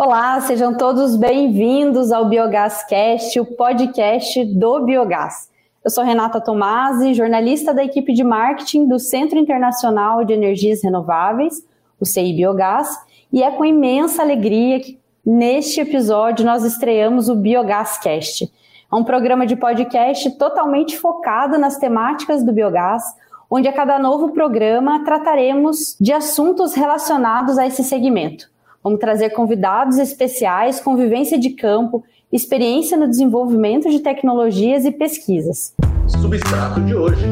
Olá, sejam todos bem-vindos ao BioGasCast, o podcast do Biogás. Eu sou Renata Tomasi, jornalista da equipe de marketing do Centro Internacional de Energias Renováveis, o CI Biogás, e é com imensa alegria que neste episódio nós estreamos o BioGasCast. É um programa de podcast totalmente focado nas temáticas do biogás, onde a cada novo programa trataremos de assuntos relacionados a esse segmento. Vamos trazer convidados especiais, convivência de campo, experiência no desenvolvimento de tecnologias e pesquisas. Substrato de hoje.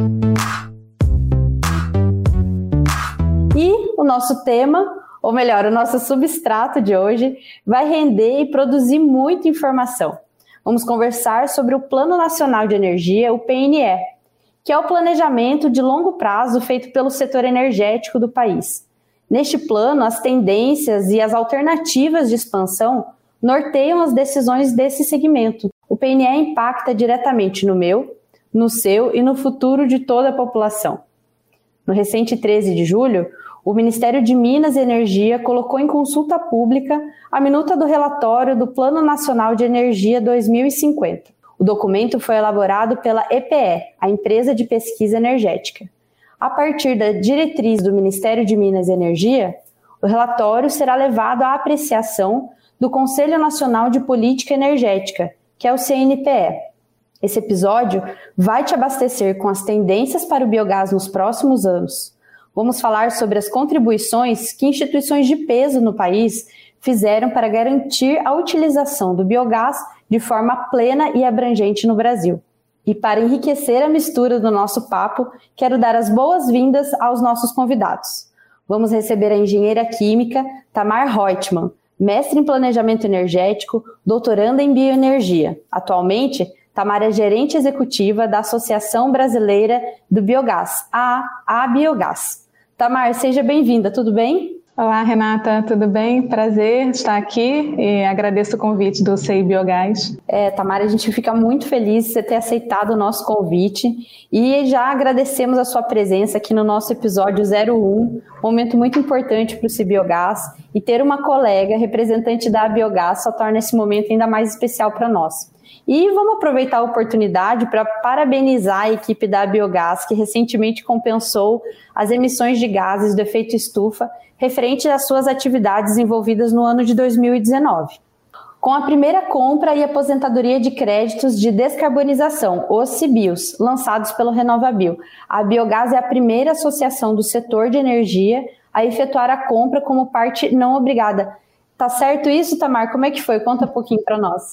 E o nosso tema, ou melhor, o nosso substrato de hoje, vai render e produzir muita informação. Vamos conversar sobre o Plano Nacional de Energia, o PNE, que é o planejamento de longo prazo feito pelo setor energético do país. Neste plano, as tendências e as alternativas de expansão norteiam as decisões desse segmento. O PNE impacta diretamente no meu, no seu e no futuro de toda a população. No recente 13 de julho, o Ministério de Minas e Energia colocou em consulta pública a minuta do relatório do Plano Nacional de Energia 2050. O documento foi elaborado pela EPE, a empresa de pesquisa energética. A partir da diretriz do Ministério de Minas e Energia, o relatório será levado à apreciação do Conselho Nacional de Política Energética, que é o CNPE. Esse episódio vai te abastecer com as tendências para o biogás nos próximos anos. Vamos falar sobre as contribuições que instituições de peso no país fizeram para garantir a utilização do biogás de forma plena e abrangente no Brasil. E para enriquecer a mistura do nosso papo, quero dar as boas-vindas aos nossos convidados. Vamos receber a engenheira química Tamar Reutemann, mestre em planejamento energético, doutoranda em bioenergia. Atualmente, Tamar é gerente executiva da Associação Brasileira do Biogás, a Biogás. Tamar, seja bem-vinda, tudo bem? Olá, Renata, tudo bem? Prazer estar aqui e agradeço o convite do CI Biogás. Tamara, a gente fica muito feliz de você ter aceitado o nosso convite e já agradecemos a sua presença aqui no nosso episódio 01, um momento muito importante para o CI Biogás, e ter uma colega representante da Biogás só torna esse momento ainda mais especial para nós. E vamos aproveitar a oportunidade para parabenizar a equipe da Biogás, que recentemente compensou as emissões de gases do efeito estufa referente às suas atividades envolvidas no ano de 2019. Com a primeira compra e aposentadoria de créditos de descarbonização, os CBIOS, lançados pelo RenovaBio, a Biogás é a primeira associação do setor de energia a efetuar a compra como parte não obrigada. Tá certo isso, Tamar? Como é que foi? Conta um pouquinho para nós.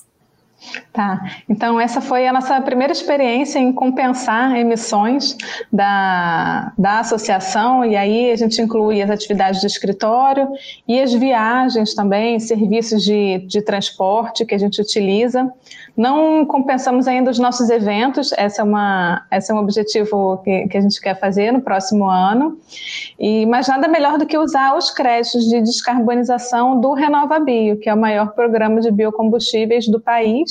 Tá, então essa foi a nossa primeira experiência em compensar emissões da associação, e aí a gente inclui as atividades de escritório e as viagens também, serviços de transporte que a gente utiliza. Não compensamos ainda os nossos eventos, esse é um objetivo que a gente quer fazer no próximo ano, mas nada melhor do que usar os créditos de descarbonização do RenovaBio, que é o maior programa de biocombustíveis do país.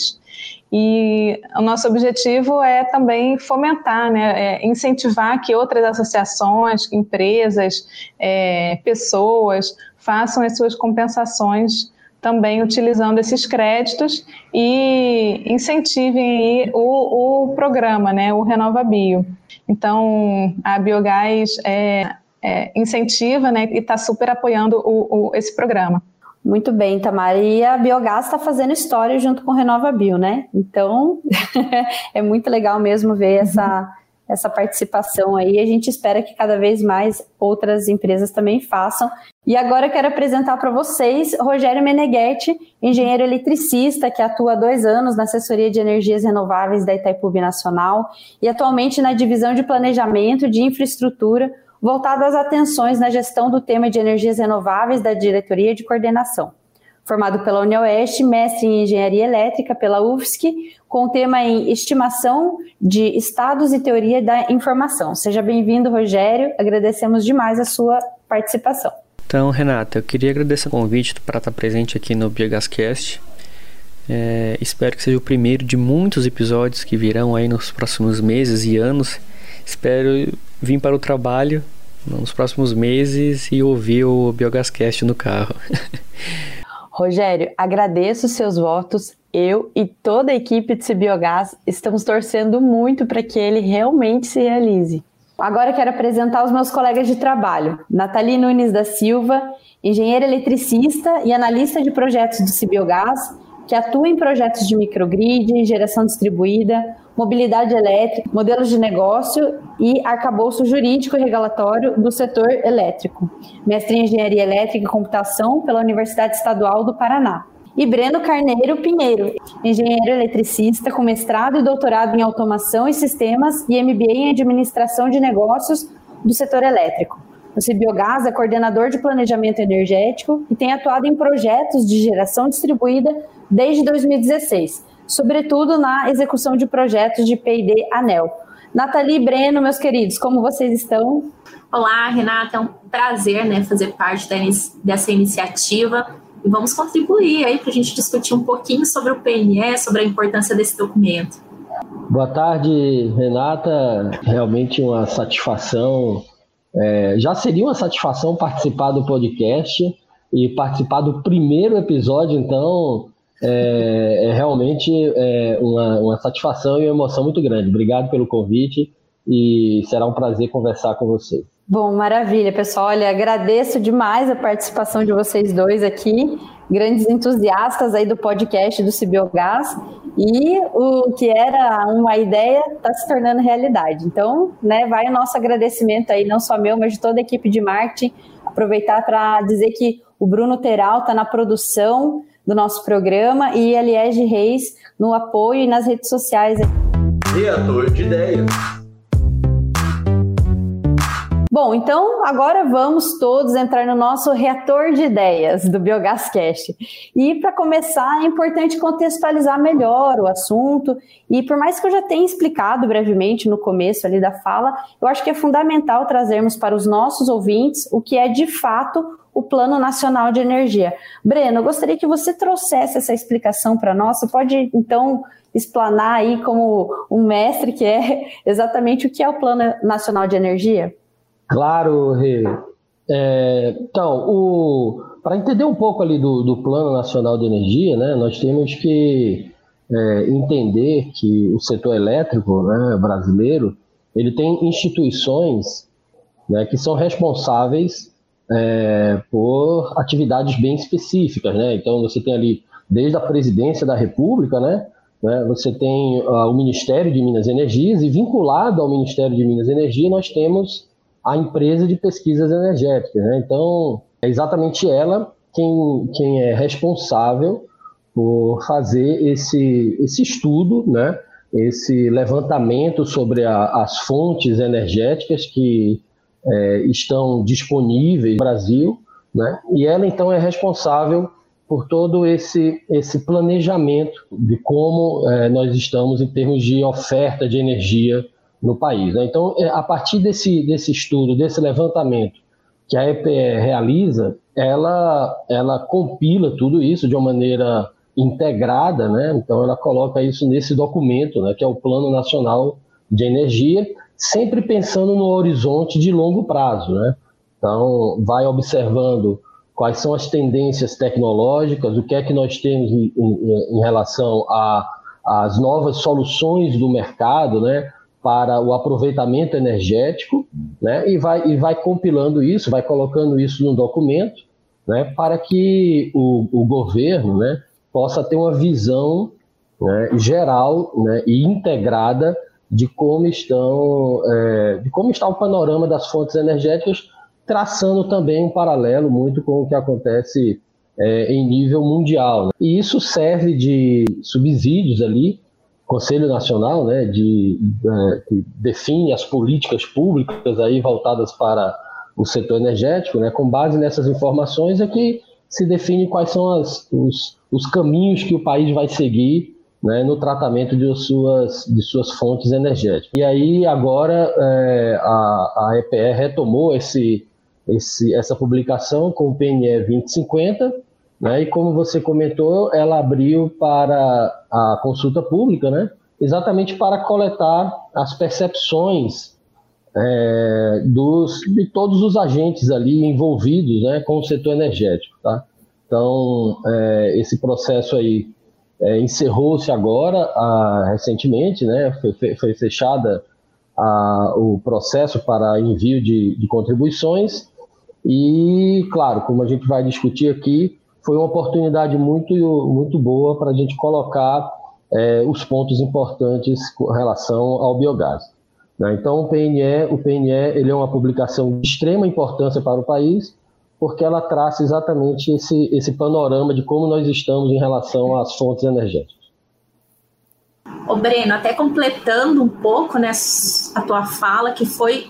E o nosso objetivo é também fomentar, incentivar que outras associações, empresas, pessoas façam as suas compensações também utilizando esses créditos e incentivem aí o programa, o RenovaBio. Então, a Biogás incentiva, e está super apoiando esse programa. Muito bem, Tamara. E a Biogás está fazendo história junto com o RenovaBio, né? Então, é muito legal mesmo ver essa participação aí. A gente espera que cada vez mais outras empresas também façam. E agora eu quero apresentar para vocês Rogério Meneghetti, engenheiro eletricista que atua há 2 anos na assessoria de energias renováveis da Itaipu Binacional e atualmente na divisão de planejamento de infraestrutura, voltado às atenções na gestão do tema de energias renováveis da Diretoria de Coordenação. Formado pela UniOeste, mestre em Engenharia Elétrica pela UFSC, com tema em Estimação de Estados e Teoria da Informação. Seja bem-vindo, Rogério. Agradecemos demais a sua participação. Então, Renata, eu queria agradecer o convite para estar presente aqui no BioGasCast. Espero que seja o primeiro de muitos episódios que virão aí nos próximos meses e anos. Espero vir para o trabalho nos próximos meses e ouvir o BioGasCast no carro. Rogério, agradeço os seus votos. Eu e toda a equipe de Cibiogás estamos torcendo muito para que ele realmente se realize. Agora quero apresentar os meus colegas de trabalho. Nathalie Nunes da Silva, engenheira eletricista e analista de projetos do Cibiogás, que atua em projetos de microgrid, geração distribuída, mobilidade elétrica, modelos de negócio e arcabouço jurídico e regulatório do setor elétrico. Mestre em Engenharia Elétrica e Computação pela Universidade Estadual do Paraná. E Breno Carneiro Pinheiro, engenheiro eletricista com mestrado e doutorado em automação e sistemas e MBA em administração de negócios do setor elétrico. O Cibiogás é coordenador de planejamento energético e tem atuado em projetos de geração distribuída desde 2016, sobretudo na execução de projetos de P&D ANEEL. Nathalie e Breno, meus queridos, como vocês estão? Olá, Renata, é um prazer fazer parte dessa iniciativa. E vamos contribuir aí para a gente discutir um pouquinho sobre o PNE, sobre a importância desse documento. Boa tarde, Renata. Realmente uma satisfação. Já seria uma satisfação participar do podcast e participar do primeiro episódio, então realmente uma satisfação e uma emoção muito grande. Obrigado pelo convite e será um prazer conversar com você. Bom, maravilha, pessoal. Olha, agradeço demais a participação de vocês dois aqui, grandes entusiastas aí do podcast do Cibiogás, e o que era uma ideia está se tornando realidade. Então, vai o nosso agradecimento aí, não só meu, mas de toda a equipe de marketing. Aproveitar para dizer que o Bruno Teral está na produção do nosso programa e a Liege Reis no apoio e nas redes sociais. Reator de ideias. Bom, então agora vamos todos entrar no nosso reator de ideias do Biogascast. E para começar é importante contextualizar melhor o assunto e por mais que eu já tenha explicado brevemente no começo ali da fala, eu acho que é fundamental trazermos para os nossos ouvintes o que é de fato o Plano Nacional de Energia. Breno, eu gostaria que você trouxesse essa explicação para nós. Você pode então explanar aí como um mestre que é exatamente o que é o Plano Nacional de Energia? Claro, Rê. Então, para entender um pouco ali do Plano Nacional de Energia, nós temos que entender que o setor elétrico brasileiro, ele tem instituições que são responsáveis por atividades bem específicas. Então, você tem ali, desde a Presidência da República, você tem o Ministério de Minas e Energias, e vinculado ao Ministério de Minas e Energia, nós temos a empresa de pesquisas energéticas. Então, é exatamente ela quem é responsável por fazer esse estudo, esse levantamento sobre as fontes energéticas que estão disponíveis no Brasil, e ela, então, é responsável por todo esse planejamento de como nós estamos em termos de oferta de energia no país. Então, a partir desse estudo, desse levantamento que a EPE realiza, ela compila tudo isso de uma maneira integrada, Então, ela coloca isso nesse documento, que é o Plano Nacional de Energia, sempre pensando no horizonte de longo prazo, Então, vai observando quais são as tendências tecnológicas, o que é que nós temos em relação às novas soluções do mercado, para o aproveitamento energético, e vai compilando isso, vai colocando isso no documento, para que o governo possa ter uma visão geral e integrada de como está o panorama das fontes energéticas, traçando também um paralelo muito com o que acontece em nível mundial. E isso serve de subsídios ali, Conselho Nacional, que define as políticas públicas aí voltadas para o setor energético, com base nessas informações é que se define quais são os caminhos que o país vai seguir no tratamento de suas fontes energéticas. E aí agora a EPE retomou essa publicação com o PNE 2050, e como você comentou, ela abriu para a consulta pública, exatamente para coletar as percepções de todos os agentes ali envolvidos com o setor energético. Tá? Então, esse processo aí encerrou-se agora, recentemente, né? Foi fechada o processo para envio de contribuições e, claro, como a gente vai discutir aqui, foi uma oportunidade muito, muito boa para a gente colocar os pontos importantes com relação ao biogás. Né? Então, o PNE ele é uma publicação de extrema importância para o país, porque ela traça exatamente esse panorama de como nós estamos em relação às fontes energéticas. Ô Breno, até completando um pouco, né, a tua fala, que foi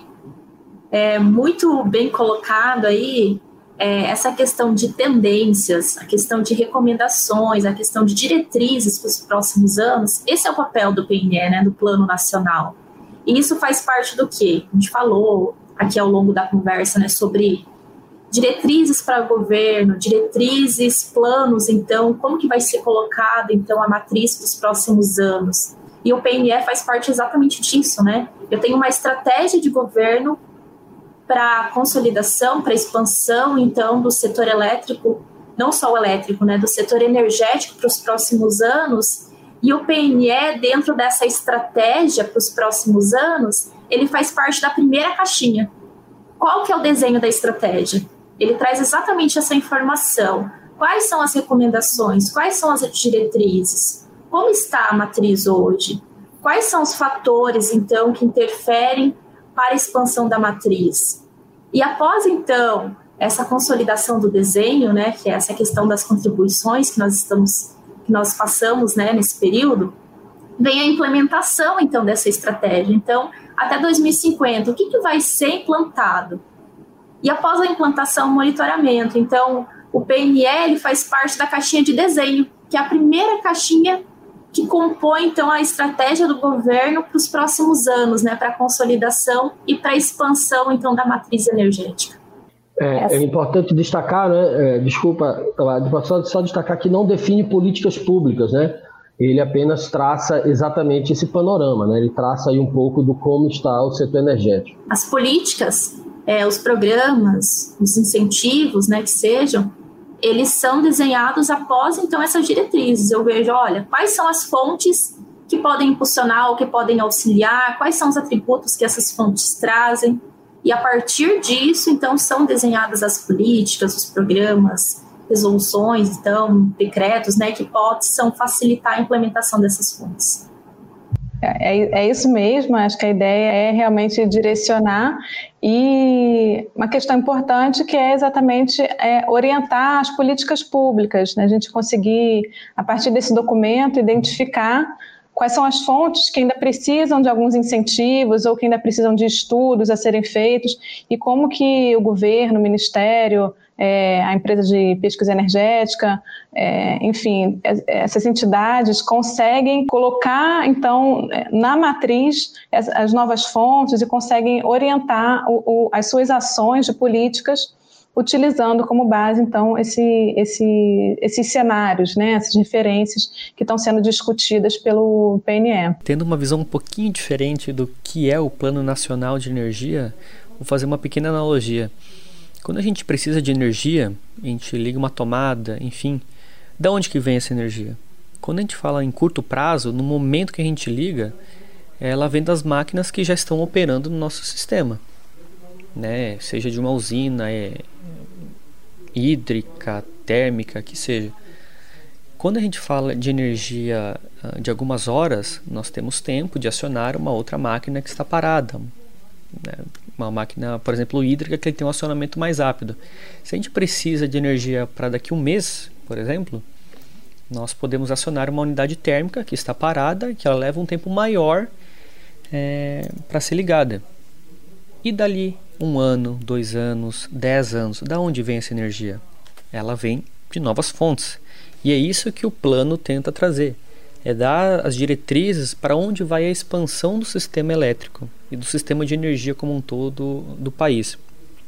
muito bem colocado aí, essa questão de tendências, a questão de recomendações, a questão de diretrizes para os próximos anos. Esse é o papel do PNE, né, do Plano Nacional. E isso faz parte do quê? A gente falou aqui ao longo da conversa, né, sobre diretrizes para o governo, diretrizes, planos, então, como que vai ser colocada, então, a matriz para os próximos anos. E o PNE faz parte exatamente disso, né? Eu tenho uma estratégia de governo para consolidação, para expansão, então, do setor elétrico, não só o elétrico, né, do setor energético para os próximos anos, e o PNE, dentro dessa estratégia para os próximos anos, ele faz parte da primeira caixinha. Qual que é o desenho da estratégia? Ele traz exatamente essa informação. Quais são as recomendações? Quais são as diretrizes? Como está a matriz hoje? Quais são os fatores, então, que interferem para a expansão da matriz? E após, então, essa consolidação do desenho, né, que é essa questão das contribuições que nós passamos, né, nesse período, vem a implementação, então, dessa estratégia. Então, até 2050, o que vai ser implantado? E após a implantação, o monitoramento. Então, o PNE faz parte da caixinha de desenho, que é a primeira caixinha que compõe, então, a estratégia do governo para os próximos anos, né, para a consolidação e para a expansão, então, da matriz energética. É importante destacar, né, só destacar que não define políticas públicas, né? Ele apenas traça exatamente esse panorama, né? Ele traça aí um pouco do como está o setor energético. As políticas, os programas, os incentivos, né, que sejam, eles são desenhados após, então, essas diretrizes. Eu vejo, olha, quais são as fontes que podem impulsionar ou que podem auxiliar, quais são os atributos que essas fontes trazem, e a partir disso, então, são desenhadas as políticas, os programas, resoluções, então, decretos, né, que possam facilitar a implementação dessas fontes. É isso mesmo, acho que a ideia é realmente direcionar, e uma questão importante que é exatamente orientar as políticas públicas, né? A gente conseguir, a partir desse documento, identificar quais são as fontes que ainda precisam de alguns incentivos ou que ainda precisam de estudos a serem feitos, e como que o governo, o Ministério, a empresa de pesquisa energética, enfim, essas entidades conseguem colocar, então, na matriz as novas fontes e conseguem orientar as suas ações de políticas utilizando como base, então, esses cenários, né, essas referências que estão sendo discutidas pelo PNE. Tendo uma visão um pouquinho diferente do que é o Plano Nacional de Energia, vou fazer uma pequena analogia. Quando a gente precisa de energia, a gente liga uma tomada, enfim, da onde que vem essa energia? Quando a gente fala em curto prazo, no momento que a gente liga, ela vem das máquinas que já estão operando no nosso sistema, né? Seja de uma usina hídrica, térmica, que seja. Quando a gente fala de energia de algumas horas, nós temos tempo de acionar uma outra máquina que está parada, né? Uma máquina, por exemplo, hídrica, que tem um acionamento mais rápido. Se a gente precisa de energia para daqui a um mês, por exemplo, nós podemos acionar uma unidade térmica que está parada, que ela leva um tempo maior para ser ligada. E dali 1 ano, 2 anos, 10 anos, da onde vem essa energia? Ela vem de novas fontes. E é isso que o plano tenta trazer. É dar as diretrizes para onde vai a expansão do sistema elétrico e do sistema de energia como um todo do país.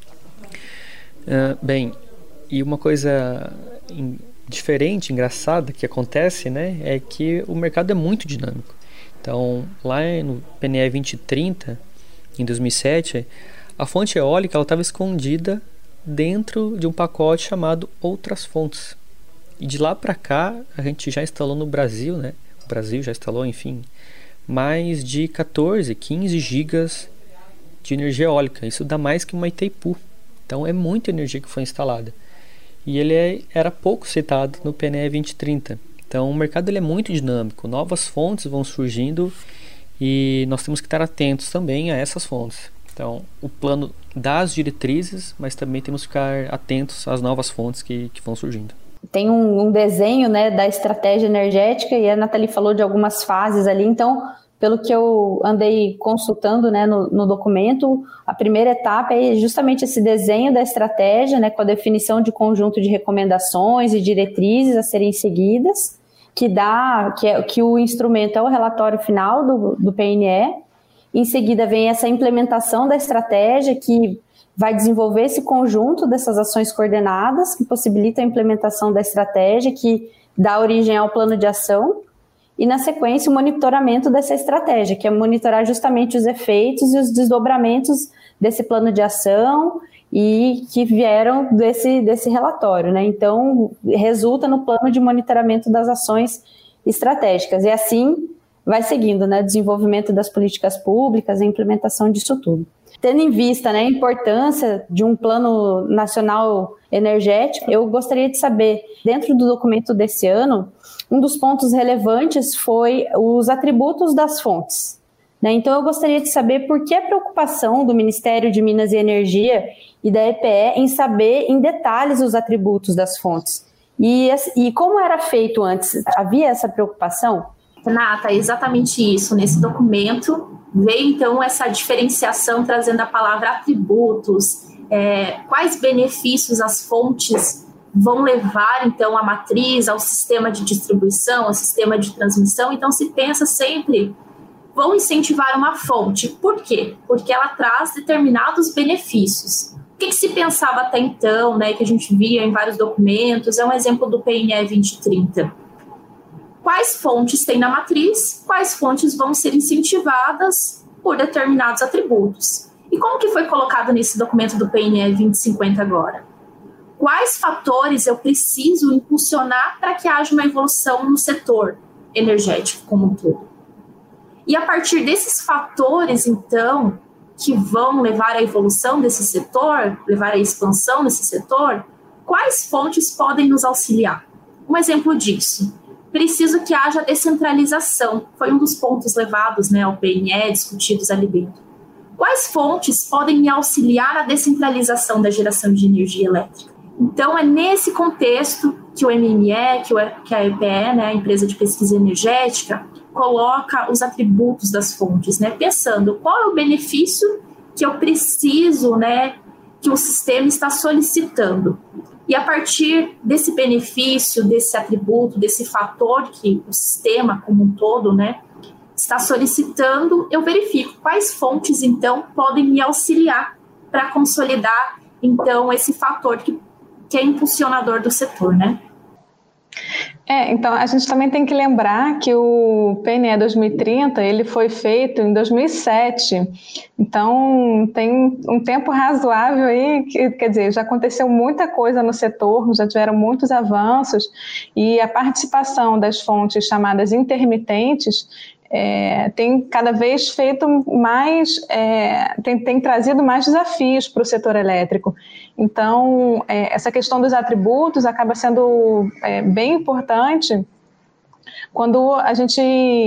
Bem, e uma coisa diferente, engraçada que acontece, né, é que o mercado é muito dinâmico. Então, lá no PNE 2030, em 2007, a fonte eólica estava escondida dentro de um pacote chamado Outras Fontes. E de lá para cá, a gente já instalou no Brasil, né? O Brasil já instalou, enfim, mais de 14, 15 gigas de energia eólica. Isso dá mais que uma Itaipu. Então é muita energia que foi instalada. E ele era pouco citado no PNE 2030. Então o mercado ele é muito dinâmico. Novas fontes vão surgindo e nós temos que estar atentos também a essas fontes. Então o plano dá as diretrizes, mas também temos que ficar atentos às novas fontes que vão surgindo. Tem um desenho, né, da estratégia energética e a Nathalie falou de algumas fases ali, então, pelo que eu andei consultando, né, no documento, a primeira etapa é justamente esse desenho da estratégia, né, com a definição de conjunto de recomendações e diretrizes a serem seguidas, que o instrumento é o relatório final do PNE. Em seguida vem essa implementação da estratégia, que vai desenvolver esse conjunto dessas ações coordenadas que possibilita a implementação da estratégia, que dá origem ao plano de ação, e na sequência o monitoramento dessa estratégia, que é monitorar justamente os efeitos e os desdobramentos desse plano de ação e que vieram desse relatório, né? Então, resulta no plano de monitoramento das ações estratégicas, e assim vai seguindo, né? O desenvolvimento das políticas públicas, a implementação disso tudo. Tendo em vista, né, a importância de um plano nacional energético, eu gostaria de saber, dentro do documento desse ano, um dos pontos relevantes foi os atributos das fontes, né? Então eu gostaria de saber por que a preocupação do Ministério de Minas e Energia e da EPE em saber em detalhes os atributos das fontes. E como era feito antes? Havia essa preocupação? Renata, é exatamente isso. Nesse documento veio, então, essa diferenciação, trazendo a palavra atributos, quais benefícios as fontes vão levar, então, à matriz, ao sistema de distribuição, ao sistema de transmissão. Então, se pensa sempre, vão incentivar uma fonte. Por quê? Porque ela traz determinados benefícios. O que se pensava até então, né, que a gente via em vários documentos, é um exemplo do PNE 2030. Quais fontes tem na matriz, quais fontes vão ser incentivadas por determinados atributos. E como que foi colocado nesse documento do PNE 2050 agora? Quais fatores eu preciso impulsionar para que haja uma evolução no setor energético como um todo? E a partir desses fatores, então, que vão levar à evolução desse setor, levar à expansão desse setor, quais fontes podem nos auxiliar? Um exemplo disso. Preciso que haja descentralização. Foi um dos pontos levados, né, ao PNE, discutidos ali dentro. Quais fontes podem me auxiliar na descentralização da geração de energia elétrica? Então, é nesse contexto que o MME, que a EPE, né, a Empresa de Pesquisa Energética, coloca os atributos das fontes, né, pensando qual é o benefício que eu preciso, né, que o sistema está solicitando. E a partir desse benefício, desse atributo, desse fator que o sistema como um todo, né, está solicitando, eu verifico quais fontes, então, podem me auxiliar para consolidar, então, esse fator que é impulsionador do setor, né? Então, a gente também tem que lembrar que o PNE 2030, ele foi feito em 2007, então tem um tempo razoável aí, quer dizer, já aconteceu muita coisa no setor, já tiveram muitos avanços, e a participação das fontes chamadas intermitentes tem cada vez feito mais, tem trazido mais desafios para o setor elétrico. Então, essa questão dos atributos acaba sendo bem importante quando a gente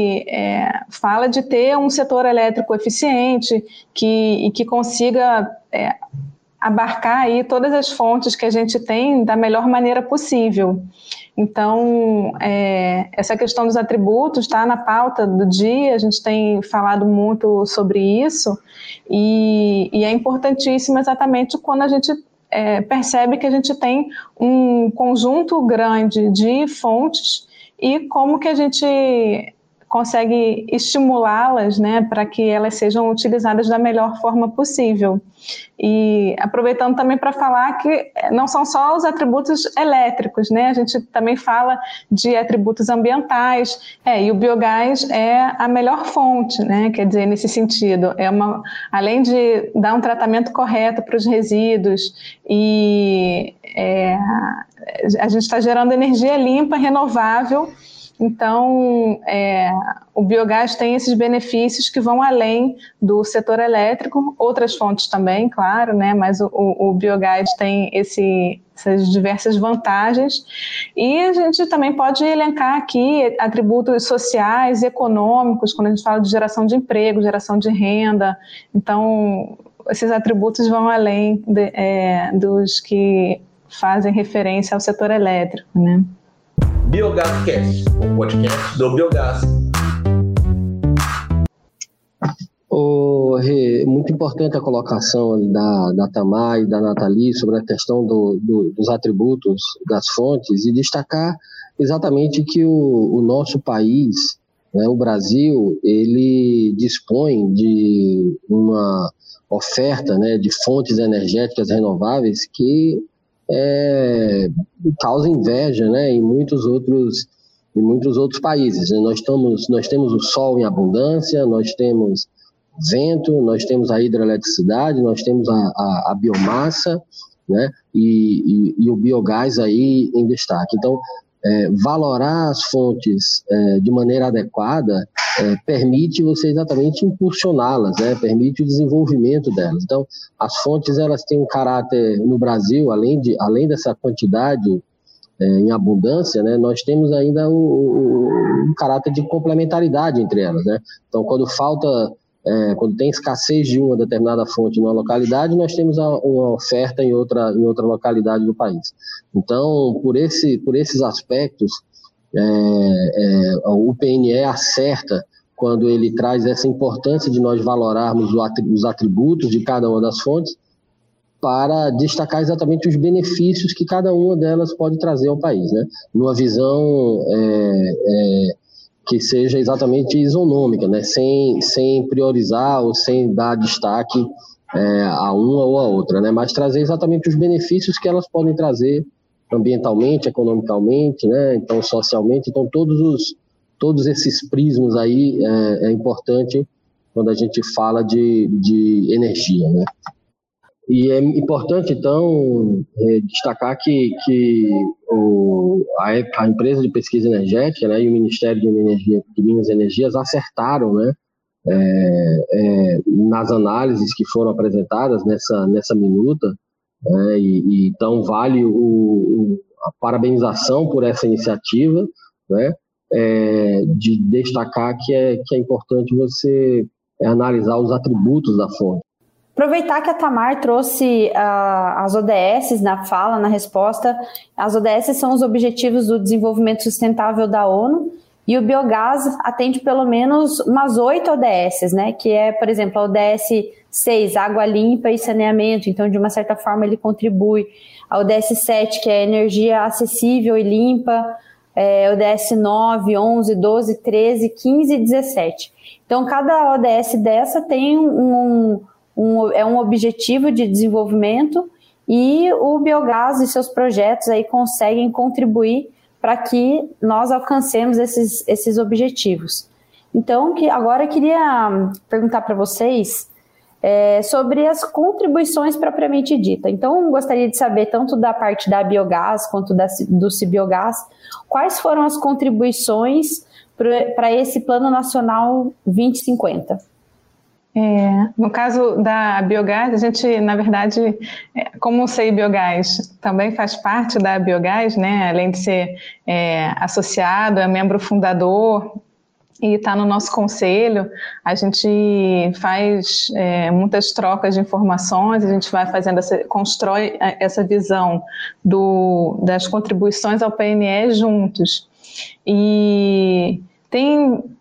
fala de ter um setor elétrico eficiente e que consiga abarcar aí todas as fontes que a gente tem da melhor maneira possível. Então, essa questão dos atributos está na pauta do dia, a gente tem falado muito sobre isso, e é importantíssimo exatamente quando a gente percebe que a gente tem um conjunto grande de fontes e como que a gente consegue estimulá-las, né, para que elas sejam utilizadas da melhor forma possível. E aproveitando também para falar que não são só os atributos elétricos, né, a gente também fala de atributos ambientais, e o biogás é a melhor fonte, né, quer dizer, nesse sentido, além de dar um tratamento correto para os resíduos e a gente está gerando energia limpa, renovável. Então, o biogás tem esses benefícios que vão além do setor elétrico, outras fontes também, claro, né? Mas o biogás tem essas diversas vantagens. E a gente também pode elencar aqui atributos sociais e econômicos, quando a gente fala de geração de emprego, geração de renda. Então, esses atributos vão além dos que fazem referência ao setor elétrico, né? BioGasCast, o podcast do biogás. Rê, muito importante a colocação da Tamar e da Nathalie sobre a questão dos atributos das fontes e destacar exatamente que o nosso país, né, o Brasil, ele dispõe de uma oferta, né, de fontes energéticas renováveis que causa inveja, né, em muitos outros países. Nós temos o sol em abundância, nós temos vento, nós temos a hidroeletricidade, nós temos a biomassa, né, e o biogás aí em destaque. Então, valorar as fontes de maneira adequada permite você exatamente impulsioná-las, né? Permite o desenvolvimento delas. Então, as fontes elas têm um caráter no Brasil, além dessa quantidade em abundância, né? Nós temos ainda um caráter de complementaridade entre elas, né? Então, quando tem escassez de uma determinada fonte numa localidade, nós temos uma oferta em outra localidade do país. Então, por esses aspectos, o PNE acerta quando ele traz essa importância de nós valorarmos os atributos de cada uma das fontes para destacar exatamente os benefícios que cada uma delas pode trazer ao país, né? Numa visão que seja exatamente isonômica, né? Sem priorizar ou sem dar destaque a uma ou a outra, né? Mas trazer exatamente os benefícios que elas podem trazer ambientalmente, economicamente, né? Então, socialmente. Então, todos esses prismas aí é importante quando a gente fala de energia, né? E é importante, então, destacar que a empresa de pesquisa energética, né, e o Ministério de Minas e Energias acertaram, né, nas análises que foram apresentadas nessa minuta, e então vale a parabenização por essa iniciativa, né, de destacar que é importante você analisar os atributos da fonte. Aproveitar que a Tamar trouxe as ODS na resposta. As ODS são os Objetivos do Desenvolvimento Sustentável da ONU, e o biogás atende pelo menos umas 8 ODS, né? Que é, por exemplo, a ODS 6, água limpa e saneamento, então de uma certa forma ele contribui. A ODS 7, que é energia acessível e limpa, ODS 9, 11, 12, 13, 15 e 17. Então cada ODS dessa tem um objetivo de desenvolvimento, e o biogás e seus projetos aí conseguem contribuir para que nós alcancemos esses objetivos. Então, agora eu queria perguntar para vocês sobre as contribuições propriamente dita. Então, gostaria de saber, tanto da parte da biogás quanto do Cibiogás, quais foram as contribuições para esse Plano Nacional 2050? No caso da biogás, a gente, na verdade, como o CEI Biogás também faz parte da biogás, né, além de ser associado, é membro fundador e está no nosso conselho, a gente faz muitas trocas de informações, a gente vai constrói essa visão das contribuições ao PNE juntos. E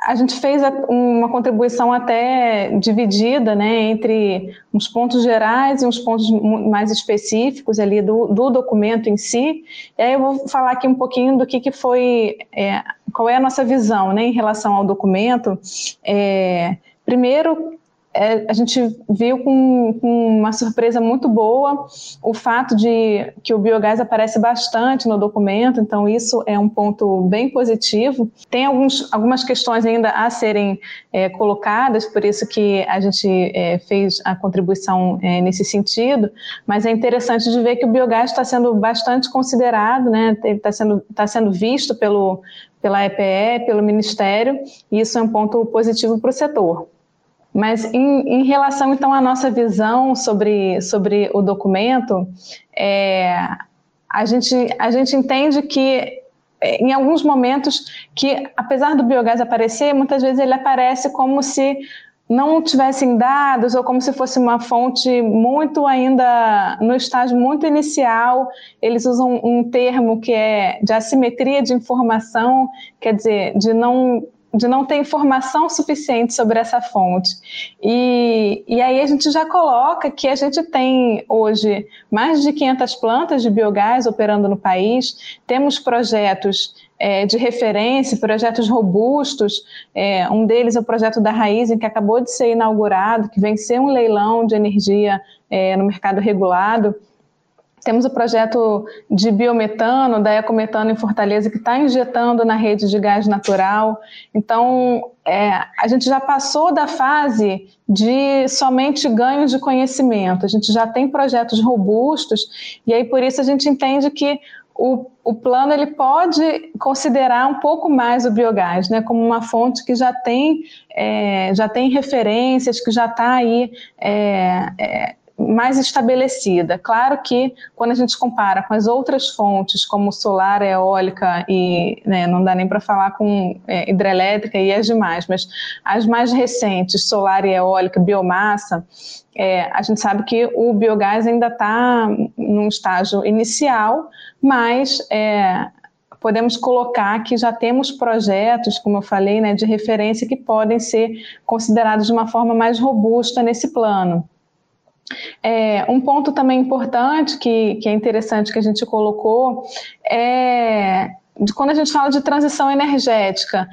a gente fez uma contribuição até dividida, né, entre uns pontos gerais e uns pontos mais específicos ali do documento em si. E aí eu vou falar aqui um pouquinho do que foi, qual é a nossa visão, né, em relação ao documento. Primeiro, a gente viu com uma surpresa muito boa o fato de que o biogás aparece bastante no documento, então isso é um ponto bem positivo. Tem algumas questões ainda a serem colocadas, por isso que a gente fez a contribuição nesse sentido, mas é interessante de ver que o biogás está sendo bastante considerado, né? Está sendo visto pela EPE, pelo Ministério, e isso é um ponto positivo para o setor. Mas em relação, então, à nossa visão sobre o documento, a gente entende que, em alguns momentos, que apesar do biogás aparecer, muitas vezes ele aparece como se não tivessem dados ou como se fosse uma fonte muito ainda no estágio muito inicial. Eles usam um termo que é de assimetria de informação, quer dizer, de não ter informação suficiente sobre essa fonte. E aí a gente já coloca que a gente tem hoje mais de 500 plantas de biogás operando no país, temos projetos de referência, projetos robustos, um deles é o projeto da Raízen, que acabou de ser inaugurado, que venceu um leilão de energia no mercado regulado. Temos o projeto de biometano, da Ecometano em Fortaleza, que está injetando na rede de gás natural. Então, a gente já passou da fase de somente ganho de conhecimento. A gente já tem projetos robustos, e aí por isso a gente entende que o plano ele pode considerar um pouco mais o biogás, né, como uma fonte que já tem referências, que já está aí mais estabelecida. Claro que quando a gente compara com as outras fontes, como solar, eólica e não dá nem para falar com hidrelétrica e as demais, mas as mais recentes, solar e eólica, biomassa, a gente sabe que o biogás ainda está num estágio inicial, mas podemos colocar que já temos projetos, como eu falei, né, de referência que podem ser considerados de uma forma mais robusta nesse plano. Um ponto também importante que é interessante que a gente colocou quando a gente fala de transição energética,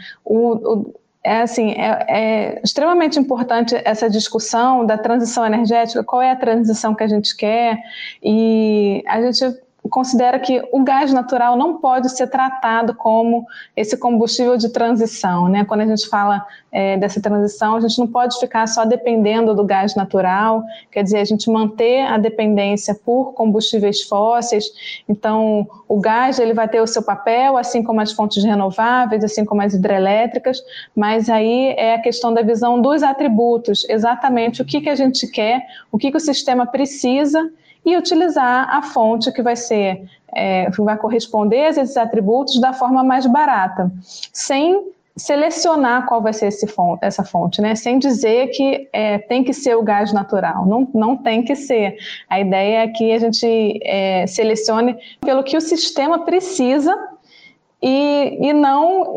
é extremamente importante essa discussão da transição energética, qual é a transição que a gente quer, e a gente considera que o gás natural não pode ser tratado como esse combustível de transição, né? Quando a gente fala dessa transição, a gente não pode ficar só dependendo do gás natural, quer dizer, a gente manter a dependência por combustíveis fósseis. Então, o gás ele vai ter o seu papel, assim como as fontes renováveis, assim como as hidrelétricas, mas aí é a questão da visão dos atributos, exatamente o que a gente quer, o que o sistema precisa, e utilizar a fonte que vai corresponder a esses atributos da forma mais barata, sem selecionar qual vai ser essa fonte, né? Sem dizer que tem que ser o gás natural, não tem que ser. A ideia é que a gente selecione pelo que o sistema precisa e não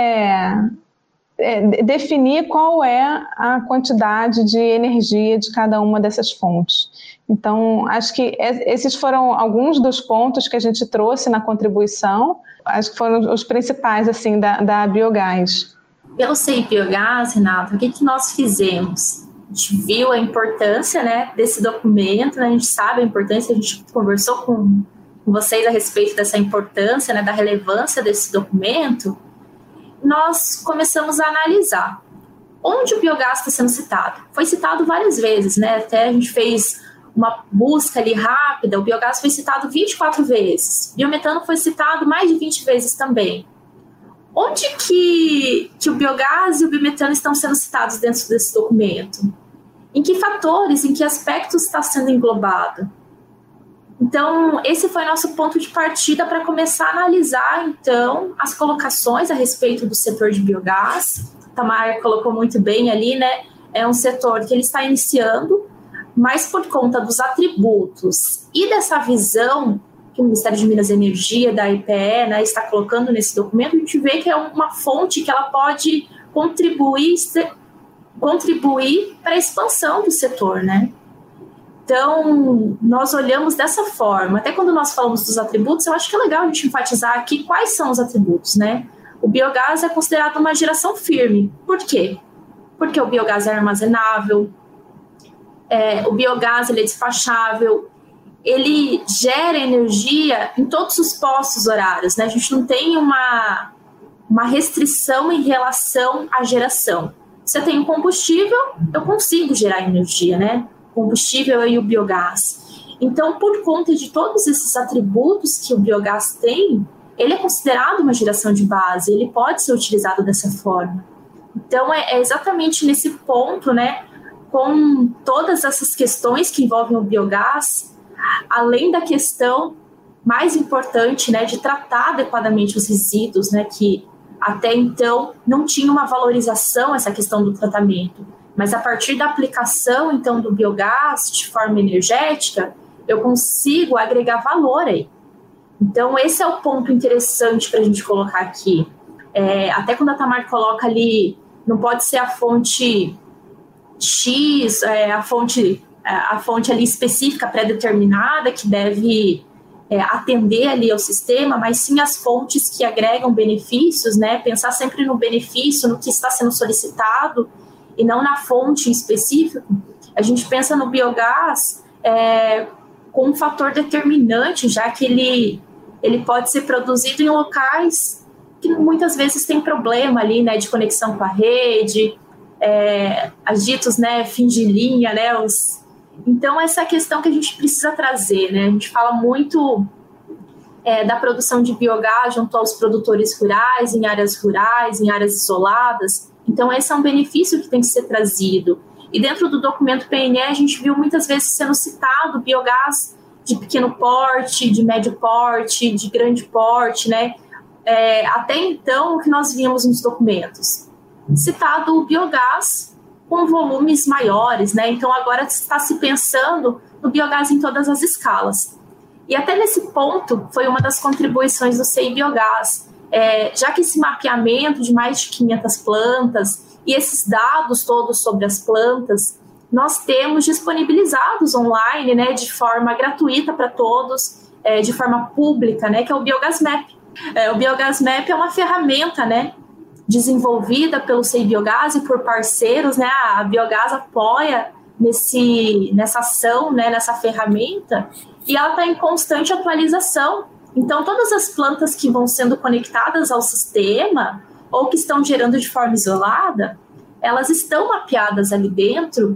definir qual é a quantidade de energia de cada uma dessas fontes. Então, acho que esses foram alguns dos pontos que a gente trouxe na contribuição, acho que foram os principais, assim, da biogás. Pelo CI Biogás, Renata, o que nós fizemos? A gente viu a importância, né, desse documento, né, a gente sabe a importância, a gente conversou com vocês a respeito dessa importância, né, da relevância desse documento. Nós começamos a analisar onde o biogás está sendo citado. Foi citado várias vezes, né? Até a gente fez uma busca ali rápida, o biogás foi citado 24 vezes, biometano foi citado mais de 20 vezes também. Onde que o biogás e o biometano estão sendo citados dentro desse documento? Em que fatores, em que aspectos está sendo englobado? Então, esse foi nosso ponto de partida para começar a analisar, então, as colocações a respeito do setor de biogás. A Tamara colocou muito bem ali, né? É um setor que ele está iniciando, mas por conta dos atributos e dessa visão que o Ministério de Minas e Energia, da IPE, né, está colocando nesse documento, a gente vê que é uma fonte que ela pode contribuir para a expansão do setor, né? Então, nós olhamos dessa forma. Até quando nós falamos dos atributos, eu acho que é legal a gente enfatizar aqui quais são os atributos, né? O biogás é considerado uma geração firme. Por quê? Porque o biogás é armazenável, o biogás ele é despachável, ele gera energia em todos os postos horários, né? A gente não tem uma restrição em relação à geração. Se eu tenho combustível, eu consigo gerar energia, né? Combustível e o biogás. Então, por conta de todos esses atributos que o biogás tem, ele é considerado uma geração de base, ele pode ser utilizado dessa forma. Então, é exatamente nesse ponto, né, com todas essas questões que envolvem o biogás, além da questão mais importante, né, de tratar adequadamente os resíduos, né, que até então não tinha uma valorização essa questão do tratamento. Mas a partir da aplicação, então, do biogás de forma energética, eu consigo agregar valor aí. Então, esse é o ponto interessante para a gente colocar aqui. Até quando a Tamar coloca ali, não pode ser a fonte X, a fonte ali específica, pré-determinada, que deve atender ali ao sistema, mas sim as fontes que agregam benefícios, né? Pensar sempre no benefício, no que está sendo solicitado, e não na fonte em específico. A gente pensa no biogás como um fator determinante, já que ele pode ser produzido em locais que muitas vezes tem problema ali, né, de conexão com a rede, as ditos, né, fim de linha, né, Então, essa é a questão que a gente precisa trazer, né? A gente fala muito da produção de biogás junto aos produtores rurais, em áreas isoladas. Então, esse é um benefício que tem que ser trazido. E dentro do documento PNE, a gente viu muitas vezes sendo citado biogás de pequeno porte, de médio porte, de grande porte, né? Até então, o que nós víamos nos documentos? Citado o biogás com volumes maiores, né? Então, agora está se pensando no biogás em todas as escalas. E até nesse ponto, foi uma das contribuições do CI Biogás, já que esse mapeamento de mais de 500 plantas e esses dados todos sobre as plantas, nós temos disponibilizados online, né, de forma gratuita para todos, de forma pública, né, que é o Biogás Map. O Biogás Map é uma ferramenta, né, desenvolvida pelo CI Biogás e por parceiros, né, a Biogás apoia nessa ação, né, nessa ferramenta, e ela está em constante atualização. Então, todas as plantas que vão sendo conectadas ao sistema ou que estão gerando de forma isolada, elas estão mapeadas ali dentro,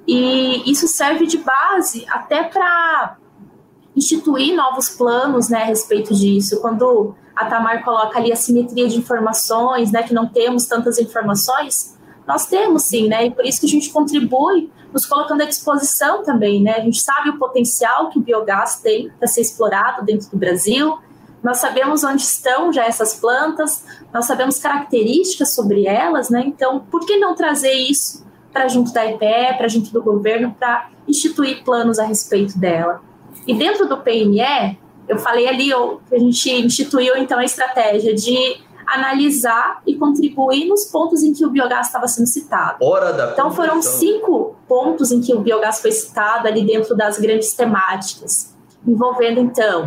e isso serve de base até para instituir novos planos, né, a respeito disso. Quando a Tamar coloca ali a simetria de informações, né, que não temos tantas informações, nós temos sim, né, e por isso que a gente contribui nos colocando à disposição também, né, a gente sabe o potencial que o biogás tem para ser explorado dentro do Brasil, nós sabemos onde estão já essas plantas, nós sabemos características sobre elas, né, então por que não trazer isso para junto da EPE, para junto do governo, para instituir planos a respeito dela. E dentro do PNE, eu falei ali que a gente instituiu então a estratégia de analisar e contribuir nos pontos em que o biogás estava sendo citado. Então foram 5 pontos em que o biogás foi citado ali dentro das grandes temáticas, envolvendo então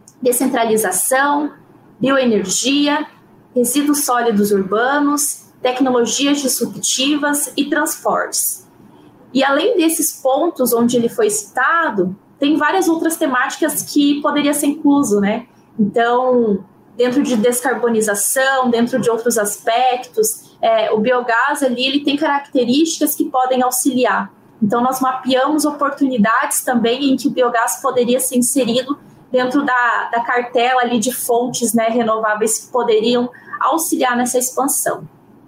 descentralização, bioenergia, resíduos sólidos urbanos, tecnologias disruptivas e transportes. E além desses pontos onde ele foi citado, tem várias outras temáticas que poderia ser incluso, né? Então, dentro de descarbonização, dentro de outros aspectos, o biogás ali, ele tem características que podem auxiliar. Então, nós mapeamos oportunidades também em que o biogás poderia ser inserido dentro da cartela ali de fontes, né, renováveis que poderiam auxiliar nessa expansão.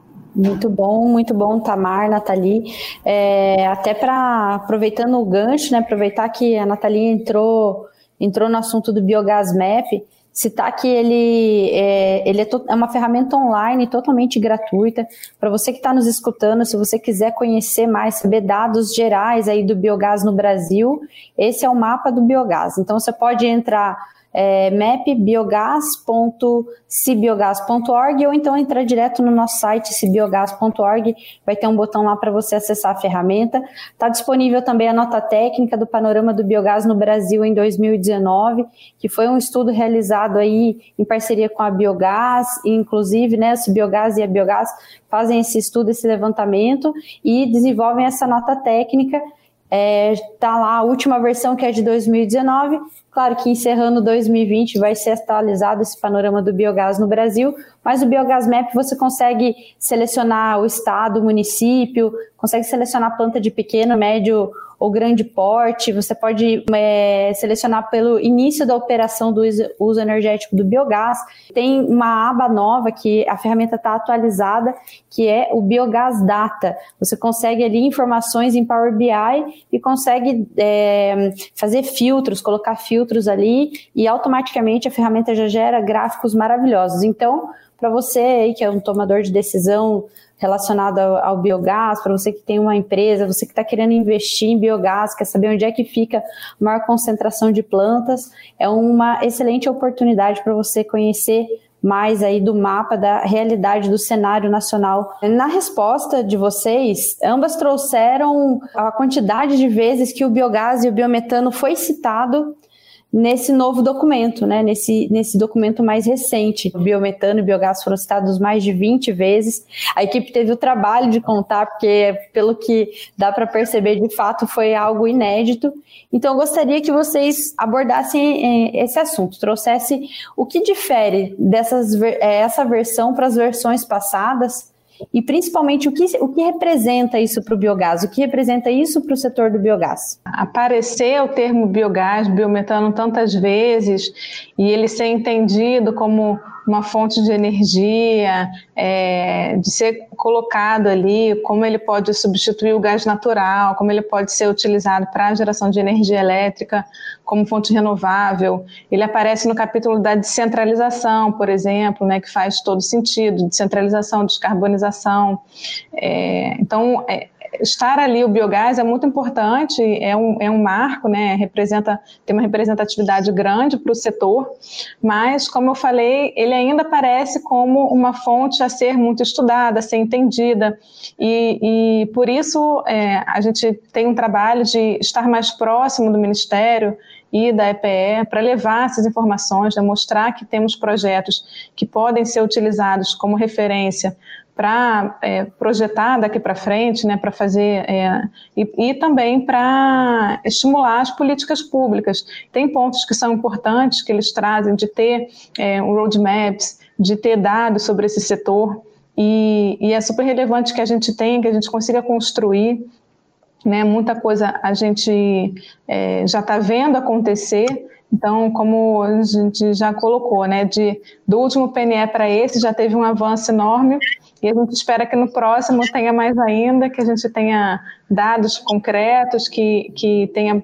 Muito bom, Tamar, Nathalie. Até para, aproveitando o gancho, né, aproveitar que a Nathalie entrou no assunto do Biogás Map, citar que ele é uma ferramenta online totalmente gratuita. Para você que está nos escutando, se você quiser conhecer mais, saber dados gerais aí do biogás no Brasil, esse é o mapa do biogás. Então você pode entrar mapbiogas.cibiogas.org, ou então entrar direto no nosso site cibiogas.org, vai ter um botão lá para você acessar a ferramenta. Está disponível também a nota técnica do Panorama do Biogás no Brasil em 2019, que foi um estudo realizado aí em parceria com a Biogás, inclusive, né, a Cibiogás e a Biogás fazem esse estudo, esse levantamento e desenvolvem essa nota técnica. Está lá a última versão, que é de 2019, claro que encerrando 2020 vai ser atualizado esse panorama do biogás no Brasil, mas o Biogás Map você consegue selecionar o estado, o município, consegue selecionar planta de pequeno, médio ou grande porte, você pode selecionar pelo início da operação do uso energético do biogás. Tem uma aba nova que a ferramenta está atualizada, que é o Biogás Data. Você consegue ali informações em Power BI e consegue fazer filtros, colocar filtros ali e automaticamente a ferramenta já gera gráficos maravilhosos. Então, para você aí que é um tomador de decisão relacionado ao biogás, para você que tem uma empresa, você que está querendo investir em biogás, quer saber onde é que fica a maior concentração de plantas, é uma excelente oportunidade para você conhecer mais aí do mapa da realidade do cenário nacional. Na resposta de vocês, ambas trouxeram a quantidade de vezes que o biogás e o biometano foi citado nesse novo documento, né? Nesse documento mais recente. O biometano e o biogás foram citados mais de 20 vezes. A equipe teve o trabalho de contar, porque pelo que dá para perceber, de fato, foi algo inédito. Então, eu gostaria que vocês abordassem esse assunto, trouxessem o que difere essa versão para as versões passadas, e principalmente o que representa isso para o biogás, o que representa isso para o setor do biogás. Aparecer o termo biogás, biometano tantas vezes, e ele ser entendido como uma fonte de energia, de ser colocado ali, como ele pode substituir o gás natural, como ele pode ser utilizado para a geração de energia elétrica como fonte renovável. Ele aparece no capítulo da descentralização, por exemplo, né, que faz todo sentido, descentralização, descarbonização. Então, estar ali o biogás é muito importante, é um marco, né? Tem uma representatividade grande para o setor, mas, como eu falei, ele ainda aparece como uma fonte a ser muito estudada, a ser entendida, e por isso a gente tem um trabalho de estar mais próximo do Ministério e da EPE para levar essas informações, mostrar que temos projetos que podem ser utilizados como referência para projetar daqui para frente, né, para fazer, e também para estimular as políticas públicas. Tem pontos que são importantes, que eles trazem, de ter roadmaps, de ter dados sobre esse setor, e é super relevante que a gente tenha, que a gente consiga construir, né, muita coisa a gente já está vendo acontecer. Então, como a gente já colocou, né, do último PNE para esse já teve um avanço enorme, e a gente espera que no próximo tenha mais ainda, que a gente tenha dados concretos, que tenha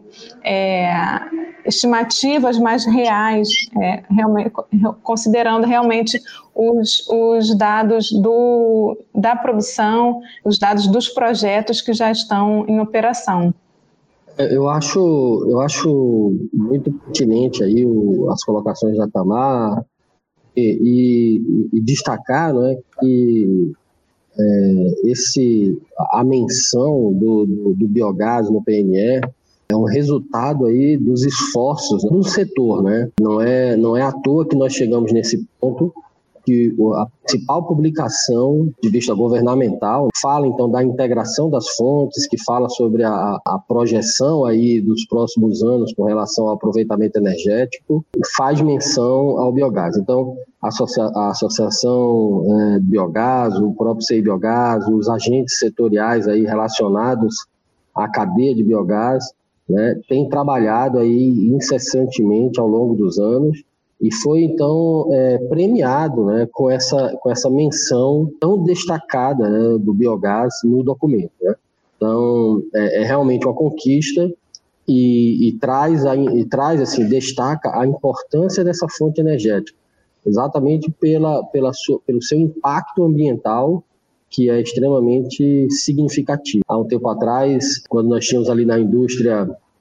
estimativas mais reais, realmente, considerando realmente os dados da produção, os dados dos projetos que já estão em operação. Eu acho muito pertinente aí as colocações da Tamar e destacar, né, que a menção do biogás no PNE é um resultado aí dos esforços do setor, né? Não é à toa que nós chegamos nesse ponto, que a principal publicação de vista governamental fala então da integração das fontes, que fala sobre a projeção aí dos próximos anos com relação ao aproveitamento energético, faz menção ao biogás. Então, a Associação Biogás, o próprio CI Biogás, os agentes setoriais aí relacionados à cadeia de biogás, né, têm trabalhado aí incessantemente ao longo dos anos, e foi, então, premiado, né, com essa menção tão destacada, né, do biogás no documento, né? Então, é realmente uma conquista e traz assim, destaca a importância dessa fonte energética, exatamente pelo seu impacto ambiental, que é extremamente significativo. Há um tempo atrás, quando nós tínhamos ali na indústria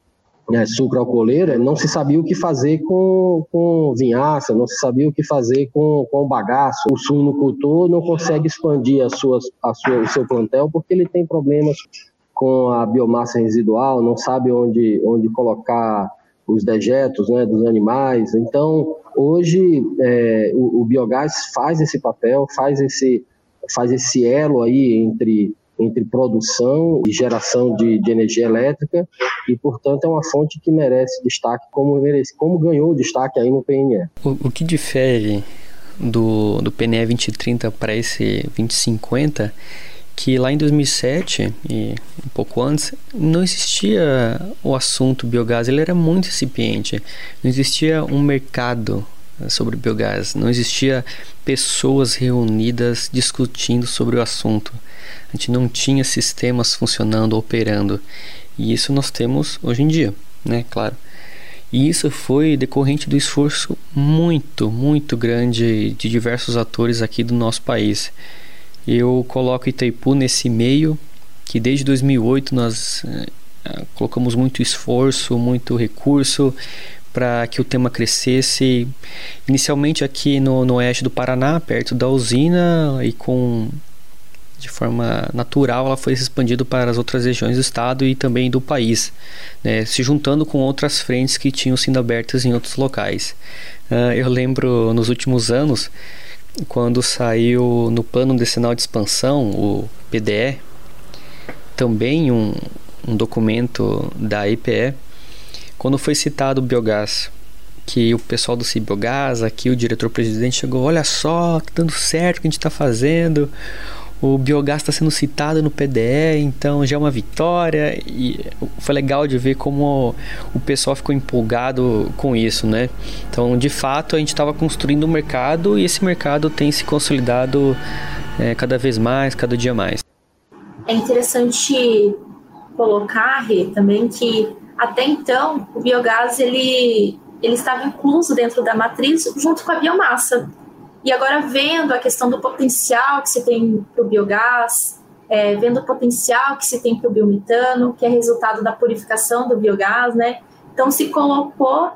sucroalcooleira, não se sabia o que fazer com vinhaça, não se sabia o que fazer com bagaço. O suinocultor não consegue expandir o seu plantel porque ele tem problemas com a biomassa residual, não sabe onde colocar os dejetos, né, dos animais. Então, hoje, o biogás faz esse papel, faz esse elo aí entre produção e geração de energia elétrica e, portanto, é uma fonte que merece destaque como ganhou destaque aí no PNE. O que difere do PNE 2030 para esse 2050, que lá em 2007 e um pouco antes não existia o assunto biogás, ele era muito incipiente, não existia um mercado sobre biogás, não existia pessoas reunidas discutindo sobre o assunto, a gente não tinha sistemas funcionando, operando, e isso nós temos hoje em dia, né, claro. E isso foi decorrente do esforço muito, muito grande de diversos atores aqui do nosso país. Eu coloco Itaipu nesse meio, que desde 2008 nós colocamos muito esforço, muito recurso para que o tema crescesse. Inicialmente aqui no oeste do Paraná, perto da usina, e de forma natural ela foi se expandindo para as outras regiões do estado e também do país, né, se juntando com outras frentes que tinham sido abertas em outros locais. Eu lembro nos últimos anos, quando saiu no Plano Decenal de Expansão, o PDE, também um documento da IPE, quando foi citado o biogás, que o pessoal do Cibiogás, aqui o diretor-presidente chegou, olha só, tá dando certo o que a gente está fazendo, o biogás está sendo citado no PDE, então já é uma vitória, e foi legal de ver como o pessoal ficou empolgado com isso, né? Então, de fato, a gente estava construindo um mercado e esse mercado tem se consolidado cada vez mais, cada dia mais. É interessante colocar, Rê, também que até então o biogás ele estava incluso dentro da matriz junto com a biomassa. E agora, vendo a questão do potencial que se tem para o biogás, vendo o potencial que se tem para o biometano, que é resultado da purificação do biogás, né? Então, se colocou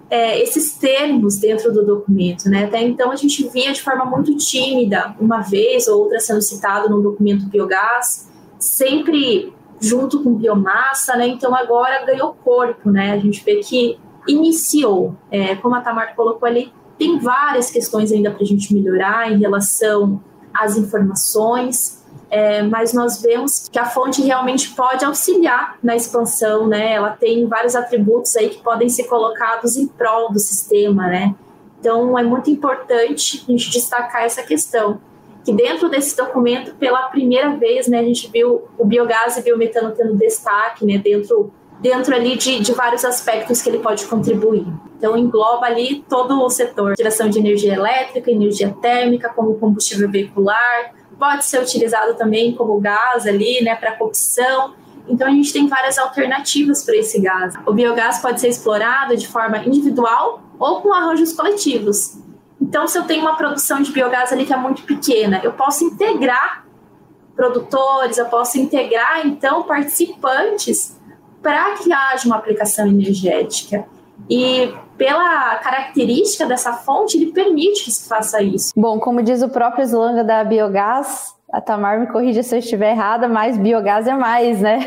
esses termos dentro do documento, né? Até então, a gente via de forma muito tímida, uma vez ou outra sendo citado no documento biogás, sempre junto com biomassa, né? Então, agora ganhou corpo, né? A gente vê que iniciou, como a Tamar colocou ali, tem várias questões ainda para a gente melhorar em relação às informações, mas nós vemos que a fonte realmente pode auxiliar na expansão, né? Ela tem vários atributos aí que podem ser colocados em prol do sistema, né? Então, é muito importante a gente destacar essa questão, que dentro desse documento, pela primeira vez, né, a gente viu o biogás e biometano tendo destaque, né, dentro ali de vários aspectos que ele pode contribuir. Então, engloba ali todo o setor, geração de energia elétrica, energia térmica, como combustível veicular, pode ser utilizado também como gás ali, né, para cocção. Então, a gente tem várias alternativas para esse gás. O biogás pode ser explorado de forma individual ou com arranjos coletivos. Então, se eu tenho uma produção de biogás ali que é muito pequena, eu posso integrar produtores, eu posso integrar, então, participantes para que haja uma aplicação energética. E pela característica dessa fonte, ele permite que se faça isso. Bom, como diz o próprio slogan da Biogás, a Tamar me corrija se eu estiver errada, mas biogás é mais, né?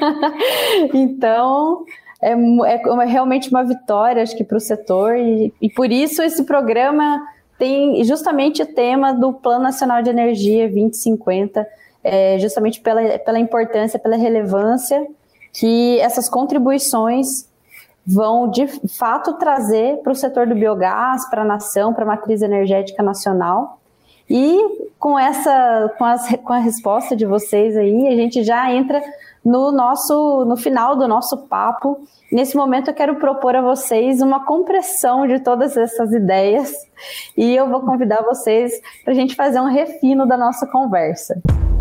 Então, é realmente uma vitória, acho que para o setor, e por isso esse programa tem justamente o tema do Plano Nacional de Energia 2050, justamente pela importância, pela relevância que essas contribuições vão, de fato, trazer para o setor do biogás, para a nação, para a matriz energética nacional. E com a resposta de vocês aí, a gente já entra no final do nosso papo. Nesse momento eu quero propor a vocês uma compressão de todas essas ideias e eu vou convidar vocês para a gente fazer um refino da nossa conversa.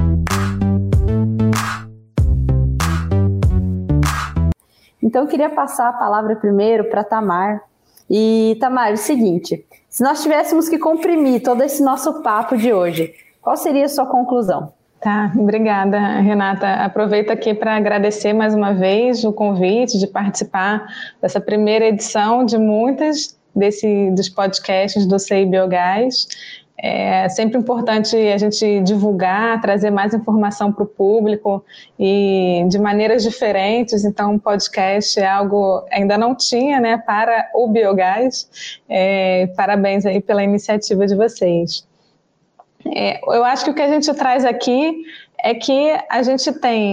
Então, eu queria passar a palavra primeiro para a Tamar. E, Tamar, é o seguinte, se nós tivéssemos que comprimir todo esse nosso papo de hoje, qual seria a sua conclusão? Tá, obrigada, Renata. Aproveito aqui para agradecer mais uma vez o convite de participar dessa primeira edição de muitas dos podcasts do CI Biogás. É sempre importante a gente divulgar, trazer mais informação para o público e de maneiras diferentes. Então, o podcast é algo ainda não tinha, né, para o biogás. Parabéns aí pela iniciativa de vocês. Eu acho que o que a gente traz aqui é que a gente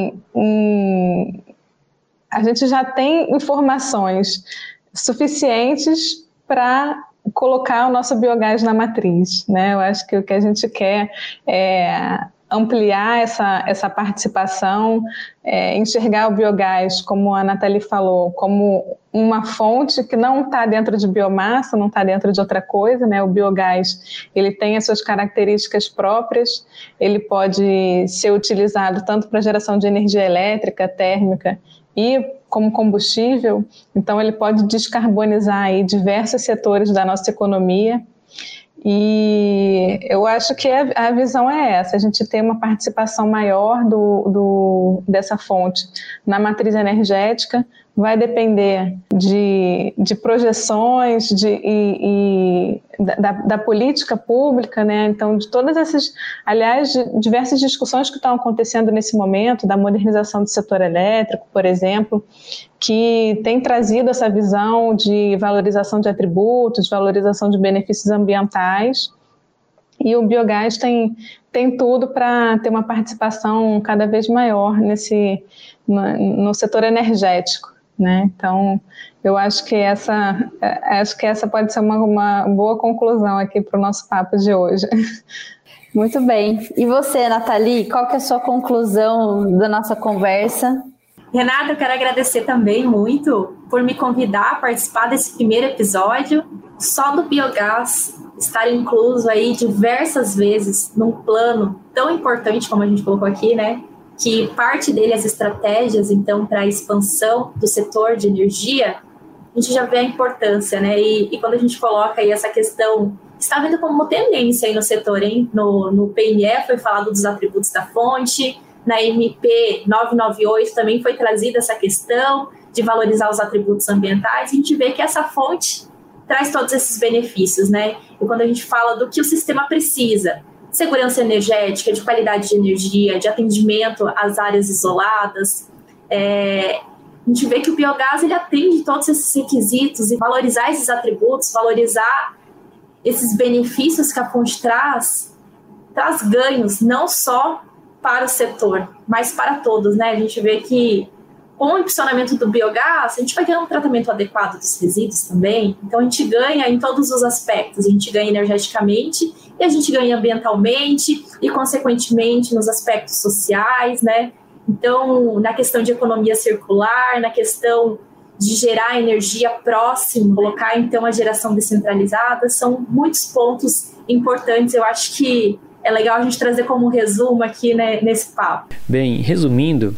já tem informações suficientes para colocar o nosso biogás na matriz, né? Eu acho que o que a gente quer é ampliar essa participação, enxergar o biogás, como a Nathalie falou, como uma fonte que não está dentro de biomassa, não está dentro de outra coisa, né? O biogás, ele tem as suas características próprias, ele pode ser utilizado tanto para geração de energia elétrica, térmica e como combustível, então ele pode descarbonizar aí diversos setores da nossa economia. E eu acho que a visão é essa, a gente ter uma participação maior dessa fonte na matriz energética. Vai depender de projeções da política pública, né? Então, de todas essas, aliás, de diversas discussões que estão acontecendo nesse momento, da modernização do setor elétrico, por exemplo, que tem trazido essa visão de valorização de atributos, valorização de benefícios ambientais, e o biogás tem tudo para ter uma participação cada vez maior no setor energético, né? Então, eu acho que essa pode ser uma boa conclusão aqui para o nosso papo de hoje. Muito bem. E você, Nathalie, qual que é a sua conclusão da nossa conversa? Renata, eu quero agradecer também muito por me convidar a participar desse primeiro episódio. Só do biogás estar incluso aí diversas vezes num plano tão importante como a gente colocou aqui, né? Que parte dele, as estratégias, então, para a expansão do setor de energia, a gente já vê a importância, né? E quando a gente coloca aí essa questão, está vendo como tendência aí no setor, hein? No PNE foi falado dos atributos da fonte, na MP 998 também foi trazida essa questão de valorizar os atributos ambientais, e a gente vê que essa fonte traz todos esses benefícios, né? E quando a gente fala do que o sistema precisa, segurança energética, de qualidade de energia, de atendimento às áreas isoladas, a gente vê que o biogás ele atende todos esses requisitos, e valorizar esses atributos, valorizar esses benefícios que a fonte traz ganhos, não só para o setor, mas para todos, né? A gente vê que com o impulsionamento do biogás, a gente vai ter um tratamento adequado dos resíduos também, então a gente ganha em todos os aspectos, a gente ganha energeticamente e a gente ganha ambientalmente e, consequentemente, nos aspectos sociais, né? Então, na questão de economia circular, na questão de gerar energia próximo, colocar, então, a geração descentralizada, são muitos pontos importantes. Eu acho que é legal a gente trazer como resumo aqui, né, nesse papo. Bem, resumindo,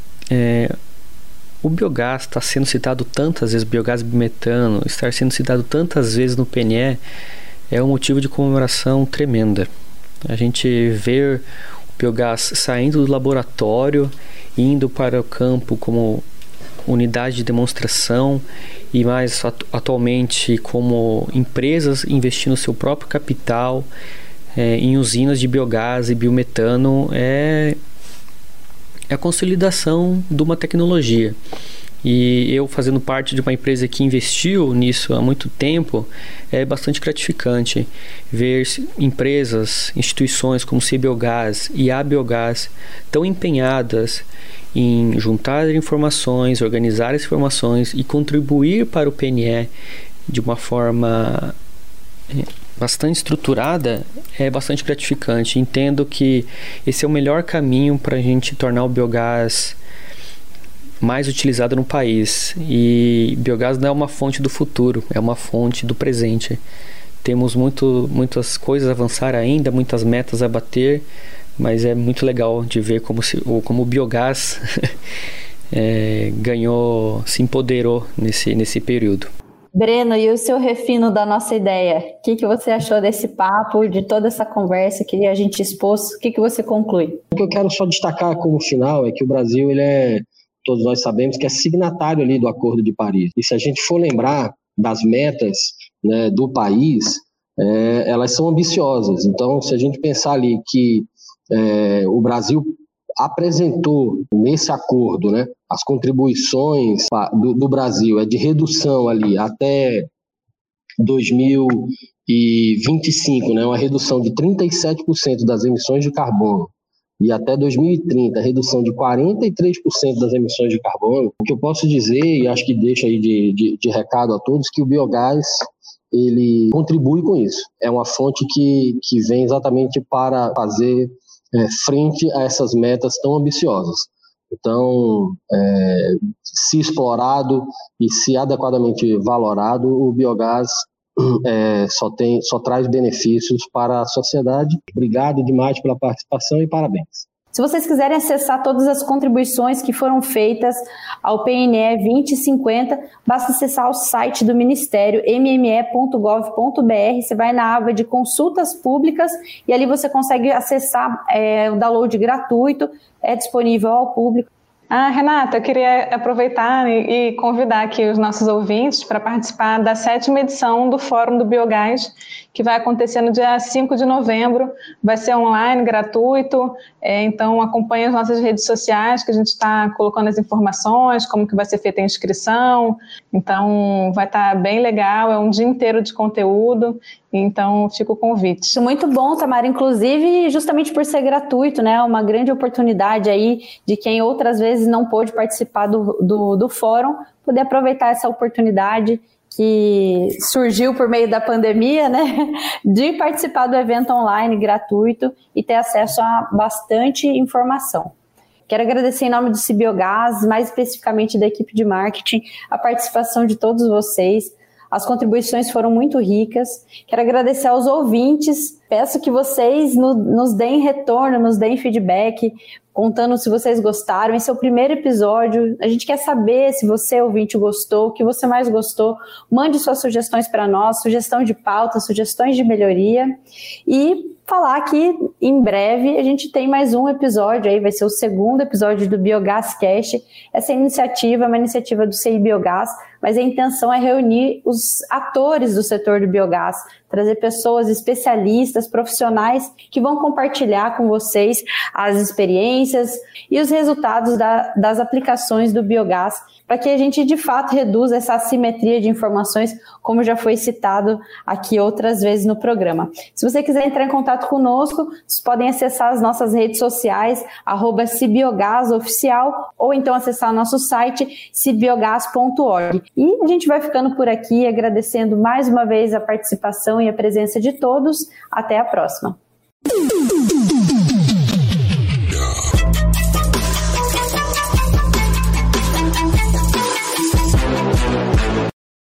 o biogás está sendo citado tantas vezes, biogás biometano, estar sendo citado tantas vezes no PNE, é um motivo de comemoração tremenda. A gente vê o biogás saindo do laboratório, indo para o campo como unidade de demonstração e mais atualmente como empresas investindo seu próprio capital em usinas de biogás e biometano. É a consolidação de uma tecnologia. E eu, fazendo parte de uma empresa que investiu nisso há muito tempo, é bastante gratificante ver empresas, instituições como CI Biogás e a Biogás tão empenhadas em juntar informações, organizar as informações e contribuir para o PNE de uma forma bastante estruturada. É bastante gratificante. Entendo que esse é o melhor caminho para a gente tornar o biogás mais utilizado no país. E biogás não é uma fonte do futuro, é uma fonte do presente. Temos muitas coisas a avançar ainda, muitas metas a bater, mas é muito legal de ver como o biogás se empoderou nesse período. Breno, e o seu refino da nossa ideia? O que você achou desse papo, de toda essa conversa que a gente expôs? O que você conclui? O que eu quero só destacar como final é que o Brasil, todos nós sabemos que é signatário ali do Acordo de Paris. E se a gente for lembrar das metas, né, do país, elas são ambiciosas. Então, se a gente pensar ali que o Brasil apresentou nesse acordo, né, as contribuições do Brasil de redução ali até 2025, né, uma redução de 37% das emissões de carbono, e até 2030, a redução de 43% das emissões de carbono. O que eu posso dizer, e acho que deixa aí de recado a todos, que o biogás ele contribui com isso. É uma fonte que vem exatamente para fazer frente a essas metas tão ambiciosas. Então, se explorado e se adequadamente valorado, o biogás só traz benefícios para a sociedade. Obrigado demais pela participação e parabéns. Se vocês quiserem acessar todas as contribuições que foram feitas ao PNE 2050, basta acessar o site do Ministério, mme.gov.br, você vai na aba de consultas públicas e ali você consegue acessar o download gratuito, é disponível ao público. Renata, eu queria aproveitar e convidar aqui os nossos ouvintes para participar da 7ª edição do Fórum do Biogás, que vai acontecer no dia 5 de novembro, vai ser online, gratuito, então acompanhe as nossas redes sociais, que a gente está colocando as informações, como que vai ser feita a inscrição, então vai estar bem legal, é um dia inteiro de conteúdo, então fica o convite. Muito bom, Tamara, inclusive justamente por ser gratuito, né, uma grande oportunidade aí de quem outras vezes não pôde participar do fórum, poder aproveitar essa oportunidade que surgiu por meio da pandemia, né, de participar do evento online gratuito e ter acesso a bastante informação. Quero agradecer em nome do Cibiogás, mais especificamente da equipe de marketing, a participação de todos vocês. As contribuições foram muito ricas. Quero agradecer aos ouvintes. Peço que vocês nos deem retorno, nos deem feedback, contando se vocês gostaram. Esse é o primeiro episódio. A gente quer saber se você, ouvinte, gostou, o que você mais gostou. Mande suas sugestões para nós, sugestão de pauta, sugestões de melhoria. E falar que em breve a gente tem mais um episódio aí, vai ser o 2º episódio do Biogás Cast. Essa iniciativa é uma iniciativa do CI Biogás, mas a intenção é reunir os atores do setor do biogás, trazer pessoas especialistas, profissionais que vão compartilhar com vocês as experiências e os resultados das aplicações do biogás, para que a gente de fato reduza essa assimetria de informações, como já foi citado aqui outras vezes no programa. Se você quiser entrar em contato conosco, vocês podem acessar as nossas redes sociais, @cibiogasoficial, ou então acessar nosso site, cibiogás.org. E a gente vai ficando por aqui, agradecendo mais uma vez a participação e a presença de todos. Até a próxima.